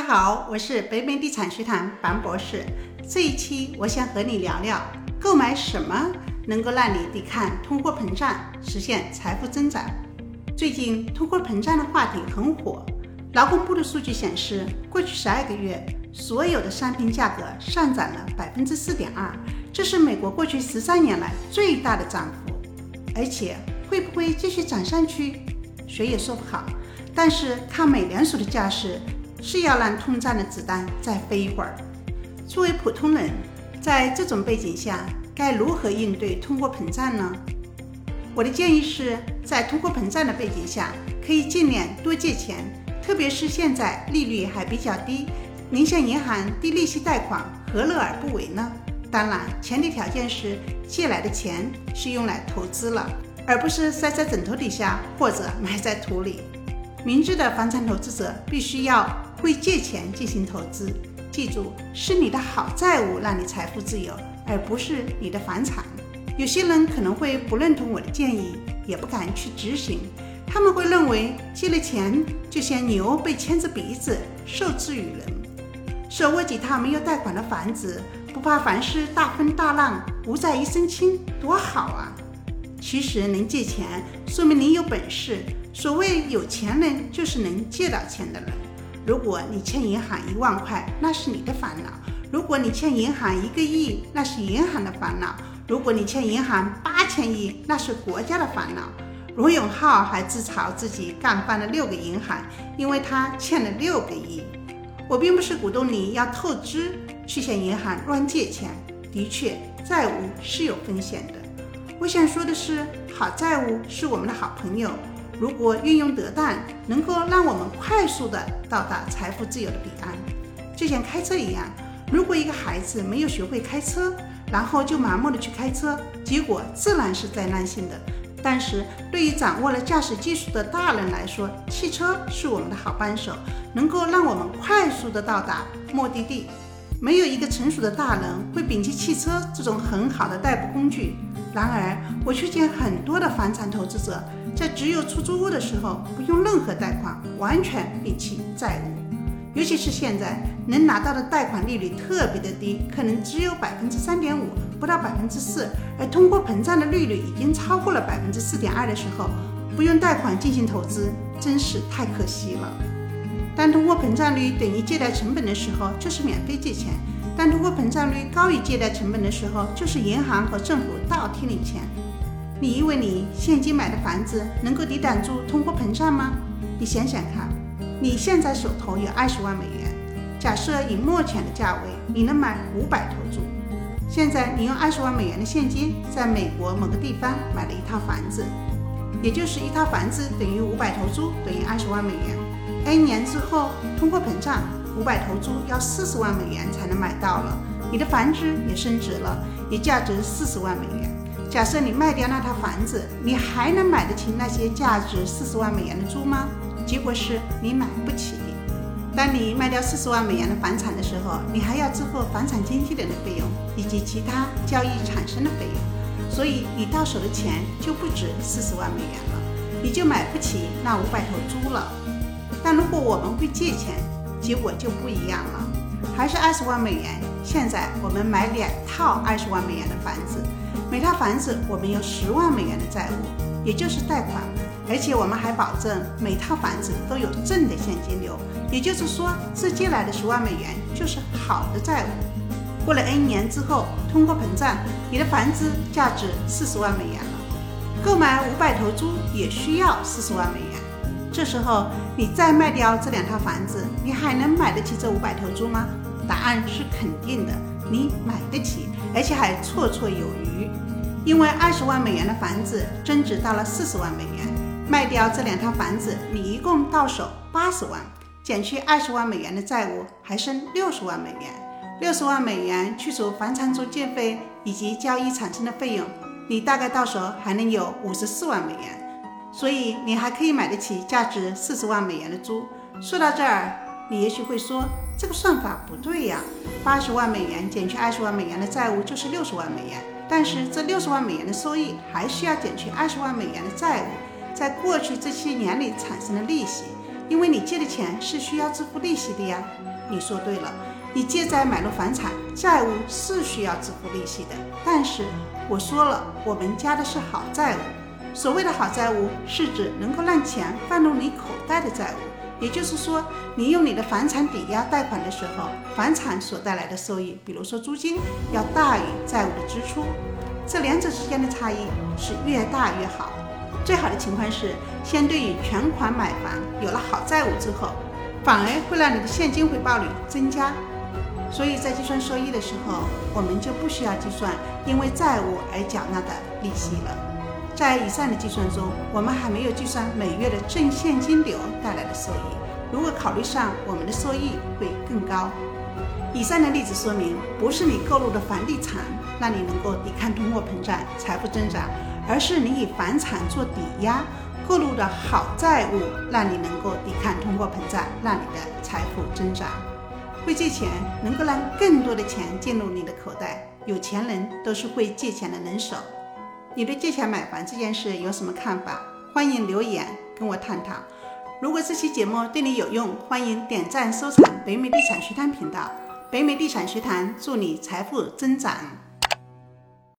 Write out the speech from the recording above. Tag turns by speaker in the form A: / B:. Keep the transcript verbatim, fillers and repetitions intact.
A: 好，我是北美地产学堂樊博士。这一期我想和你聊聊购买什么能够让你抵抗通货膨胀，实现财富增长。最近通货膨胀的话题很火，劳工部的数据显示，过去十二个月所有的商品价格上涨了 百分之四点二， 这是美国过去十三年来最大的涨幅，而且会不会继续涨上去，谁也说不好。但是看美联储的架势，是要让通胀的子弹再飞一会儿。作为普通人，在这种背景下，该如何应对通货膨胀呢？我的建议是，在通货膨胀的背景下，可以尽量多借钱，特别是现在利率还比较低，您向银行低利息贷款，何乐而不为呢？当然，前提条件是借来的钱是用来投资了，而不是塞在枕头底下或者埋在土里。明智的房产投资者必须要会借钱进行投资，记住，是你的好债务让你财富自由，而不是你的房产。有些人可能会不认同我的建议，也不敢去执行，他们会认为借了钱就像牛被牵着鼻子受制于人，手握几套没有贷款的房子，不怕凡事大风大浪，无债一身轻，多好啊！其实能借钱说明你有本事，所谓有钱人就是能借到钱的人。如果你欠银行一万块，那是你的烦恼；如果你欠银行一个亿，那是银行的烦恼；如果你欠银行八千亿，那是国家的烦恼。罗永浩还自嘲自己干翻了六个银行，因为他欠了六个亿。我并不是鼓动你要透支去向银行乱借钱，的确，债务是有风险的。我想说的是，好债务是我们的好朋友，如果运用得当，能够让我们快速的到达财富自由的彼岸。就像开车一样，如果一个孩子没有学会开车，然后就盲目的去开车，结果自然是灾难性的。但是对于掌握了驾驶技术的大人来说，汽车是我们的好帮手，能够让我们快速的到达目的地。没有一个成熟的大人会摒弃汽车这种很好的代步工具。然而，我却见很多的房产投资者在只有出租屋的时候，不用任何贷款，完全摒弃债务。尤其是现在能拿到的贷款利率特别的低，可能只有 百分之三点五， 不到 百分之四， 而通货膨胀的利率已经超过了 百分之四点二 的时候，不用贷款进行投资，真是太可惜了。当通货膨胀率等于借贷成本的时候，就是免费借钱；当通货膨胀率高于借贷成本的时候，就是银行和政府倒贴你钱。你以为你现金买的房子能够抵挡住通货膨胀吗？你想想看，你现在手头有二十万美元，假设以目前的价位，你能买五百头猪。现在你用二十万美元的现金，在美国某个地方买了一套房子，也就是一套房子等于五百头猪，等于二十万美元。N 年之后，通货膨胀，五百头猪要四十万美元才能买到了，你的房子也升值了，也价值四十万美元。假设你卖掉那套房子，你还能买得起那些价值四十万美元的猪吗？结果是你买不起。当你卖掉四十万美元的房产的时候，你还要支付房产经纪人的费用以及其他交易产生的费用，所以你到手的钱就不止四十万美元了，你就买不起那五百头猪了。但如果我们会借钱，结果就不一样了，还是二十万美元。现在我们买两套二十万美元的房子，每套房子我们有十万美元的债务，也就是贷款，而且我们还保证每套房子都有正的现金流，也就是说，这借来的十万美元就是好的债务。过了 N 年之后，通货膨胀，你的房子价值四十万美元了，购买五百头猪也需要四十万美元。这时候你再卖掉这两套房子，你还能买得起这五百头猪吗？答案是肯定的，你买得起，而且还绰绰有余。因为二十万美元的房子增值到了四十万美元，卖掉这两套房子，你一共到手八十万，减去二十万美元的债务，还剩六十万美元。六十万美元去除房产中介费以及交易产生的费用，你大概到手还能有五十四万美元。所以你还可以买得起价值四十万美元的猪。说到这儿，你也许会说，这个算法不对呀，八十万美元减去二十万美元的债务就是六十万美元，但是这六十万美元的收益还需要减去二十万美元的债务，在过去这些年里产生的利息，因为你借的钱是需要支付利息的呀。 你说对了，你借债买入房产，债务是需要支付利息的。但是我说了，我们家的是好债务。所谓的好债务，是指能够让钱放入你口袋的债务。也就是说，你用你的房产抵押贷款的时候，房产所带来的收益，比如说租金，要大于债务的支出。这两者之间的差异是越大越好。最好的情况是，相对于全款买房，有了好债务之后，反而会让你的现金回报率增加。所以在计算收益的时候，我们就不需要计算因为债务而缴纳的利息了。在以上的计算中，我们还没有计算每月的正现金流带来的收益，如果考虑上，我们的收益会更高。以上的例子说明，不是你购入的房地产让你能够抵抗通货膨胀、财富增长，而是你以房产做抵押购入的好债务让你能够抵抗通货膨胀，让你的财富增长。会借钱能够让更多的钱进入你的口袋，有钱人都是会借钱的能手。你对借钱买房这件事有什么看法？欢迎留言跟我探讨。如果这期节目对你有用，欢迎点赞收藏北美地产学堂频道。北美地产学堂祝你财富增长。